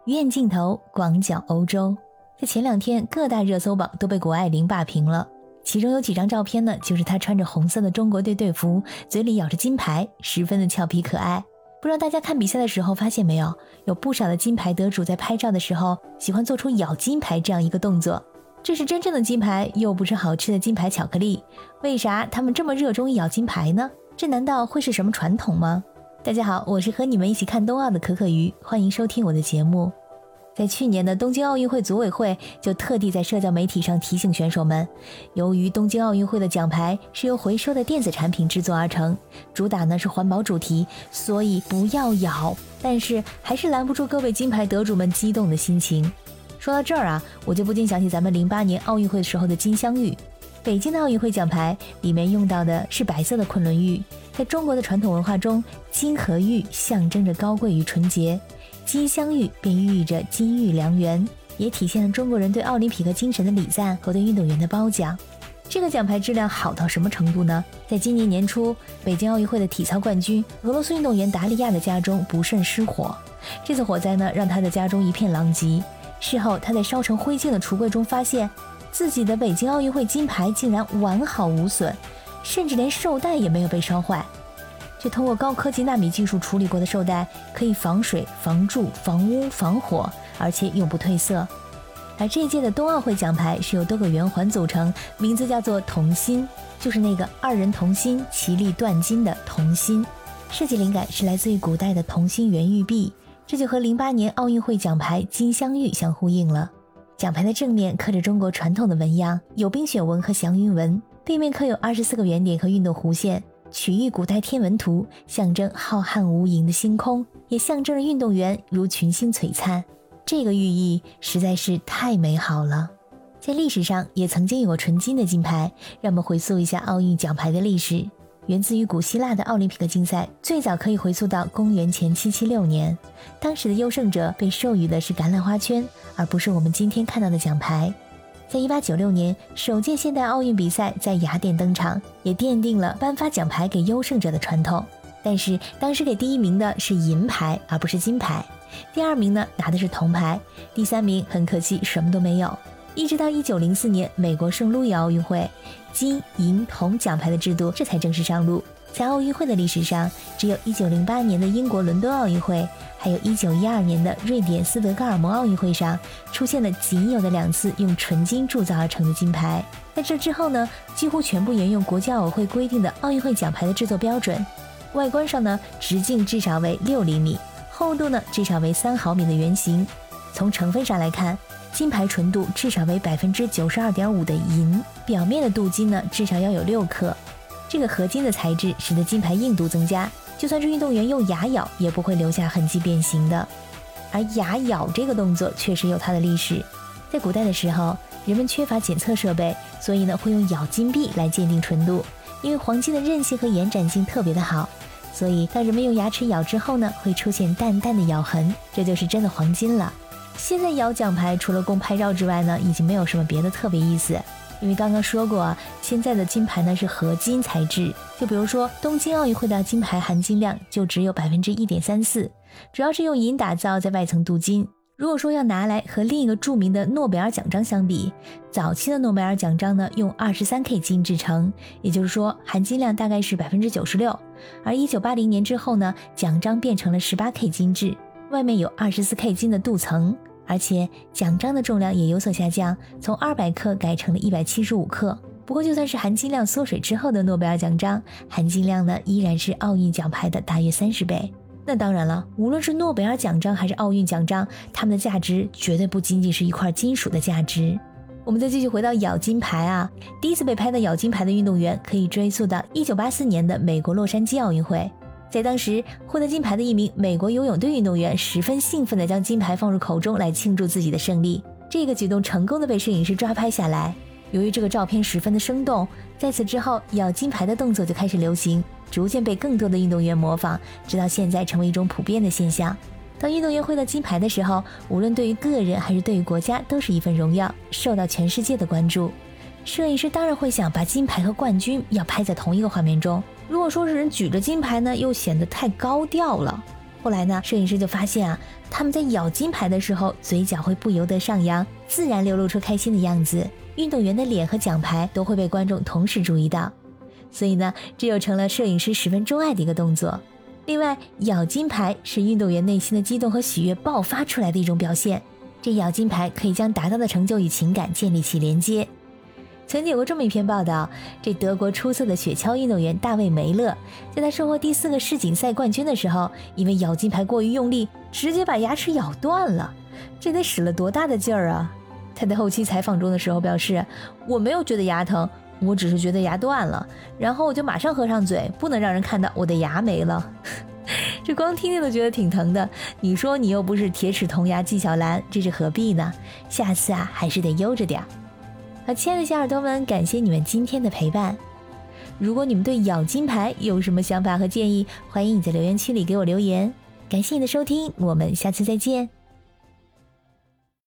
鱼眼镜头广角欧洲。在前2天，各大热搜榜都被谷爱凌霸屏了。其中有几张照片呢，就是她穿着红色的中国队队服，嘴里咬着金牌，十分的俏皮可爱。不知道大家看比赛的时候发现没有，有不少的金牌得主在拍照的时候喜欢做出咬金牌这样一个动作。这是真正的金牌，又不是好吃的金牌巧克力，为啥他们这么热衷咬金牌呢？这难道会是什么传统吗？大家好，我是和你们一起看冬奥的可可鱼，欢迎收听我的节目。在去年的东京奥运会组委会就特地在社交媒体上提醒选手们，由于东京奥运会的奖牌是由回收的电子产品制作而成，主打呢是环保主题，所以不要咬。但是还是拦不住各位金牌得主们激动的心情。说到这儿啊，我就不禁想起咱们08年奥运会的时候的金镶玉。北京的奥运会奖牌里面用到的是白色的昆仑玉，在中国的传统文化中，金和玉象征着高贵与纯洁，金镶玉便寓意着金玉良缘，也体现了中国人对奥林匹克精神的礼赞和对运动员的褒奖。这个奖牌质量好到什么程度呢？在今年年初，北京奥运会的体操冠军俄罗斯运动员达利亚的家中不慎失火，这次火灾呢让他的家中一片狼藉。事后他在烧成灰烬的橱柜中发现自己的北京奥运会金牌竟然完好无损，甚至连绶带也没有被烧坏。这通过高科技纳米技术处理过的绶带可以防水、防蛀、防污、防火，而且永不褪色。而这一届的冬奥会奖牌是由多个圆环组成，名字叫做同心，就是那个2人同心齐力断金的同心。设计灵感是来自于古代的同心圆玉璧，这就和08年奥运会奖牌金镶玉相呼应了。奖牌的正面刻着中国传统的纹样，有冰雪纹和祥云纹，背面刻有24个圆点和运动弧线，取意古代天文图，象征浩瀚无垠的星空，也象征着运动员如群星璀璨。这个寓意实在是太美好了。在历史上也曾经有过纯金的金牌，让我们回溯一下奥运奖牌的历史。源自于古希腊的奥林匹克竞赛，最早可以回溯到公元前776年，当时的优胜者被授予的是橄榄花圈，而不是我们今天看到的奖牌。在1896年，首届现代奥运比赛在雅典登场，也奠定了颁发奖牌给优胜者的传统。但是当时给第1名的是银牌，而不是金牌，第2名呢拿的是铜牌，第3名很可惜什么都没有。一直到1904年美国圣路易奥运会，金银铜奖牌的制度这才正式上路。在奥运会的历史上，只有1908年的英国伦敦奥运会，还有1912年的瑞典斯德哥尔摩奥运会上出现了仅有的2次用纯金铸造而成的金牌。在这之后呢，几乎全部沿用国际奥委会规定的奥运会奖牌的制作标准。外观上呢，直径至少为6厘米，厚度呢至少为3毫米的圆形。从成分上来看，金牌纯度至少为 92.5% 的银，表面的镀金呢至少要有6克。这个合金的材质使得金牌硬度增加，就算是运动员用牙咬也不会留下痕迹变形的。而牙咬这个动作确实有它的历史。在古代的时候，人们缺乏检测设备，所以呢会用咬金币来鉴定纯度。因为黄金的韧性和延展性特别的好，所以当人们用牙齿咬之后呢，会出现淡淡的咬痕，这就是真的黄金了。现在咬奖牌除了供拍照之外呢，已经没有什么别的特别意思。因为刚刚说过啊，现在的金牌呢是合金材质，就比如说东京奥运会的金牌含金量就只有 1.34%， 主要是用银打造，在外层镀金。如果说要拿来和另一个著名的诺贝尔奖章相比，早期的诺贝尔奖章呢用 23K 金制成，也就是说含金量大概是 96%， 而1980年之后呢，奖章变成了 18K 金制，外面有 24K 金的镀层，而且奖章的重量也有所下降，从200克改成了175克。不过就算是含金量缩水之后的诺贝尔奖章，含金量呢依然是奥运奖牌的大约30倍。那当然了，无论是诺贝尔奖章还是奥运奖章，它们的价值绝对不仅仅是一块金属的价值。我们再继续回到咬金牌啊，第一次被拍到咬金牌的运动员可以追溯到1984年的美国洛杉矶奥运会。在当时，获得金牌的一名美国游泳队运动员十分兴奋地将金牌放入口中来庆祝自己的胜利，这个举动成功地被摄影师抓拍下来。由于这个照片十分的生动，在此之后咬金牌的动作就开始流行，逐渐被更多的运动员模仿，直到现在成为一种普遍的现象。当运动员获得金牌的时候，无论对于个人还是对于国家，都是一份荣耀，受到全世界的关注。摄影师当然会想把金牌和冠军要拍在同一个画面中，如果说是人举着金牌呢，又显得太高调了。 后来呢，摄影师就发现啊，他们在咬金牌的时候，嘴角会不由得上扬，自然流露出开心的样子。运动员的脸和奖牌都会被观众同时注意到，所以呢，这又成了摄影师十分钟爱的一个动作。另外，咬金牌是运动员内心的激动和喜悦爆发出来的一种表现。这咬金牌可以将达到的成就与情感建立起连接。曾经有过这么一篇报道，这德国出色的雪橇运动员大卫梅勒，在他收获第4个世锦赛冠军的时候，因为咬金牌过于用力，直接把牙齿咬断了，这得使了多大的劲儿啊！他在后期采访中的时候表示，我没有觉得牙疼，我只是觉得牙断了，然后我就马上合上嘴，不能让人看到我的牙没了。这光听听都觉得挺疼的，你说你又不是铁齿铜牙纪晓岚，这是何必呢？下次啊，还是得悠着点。好，亲爱的小耳朵们，感谢你们今天的陪伴。如果你们对咬金牌有什么想法和建议，欢迎你在留言区里给我留言。感谢你的收听，我们下次再见。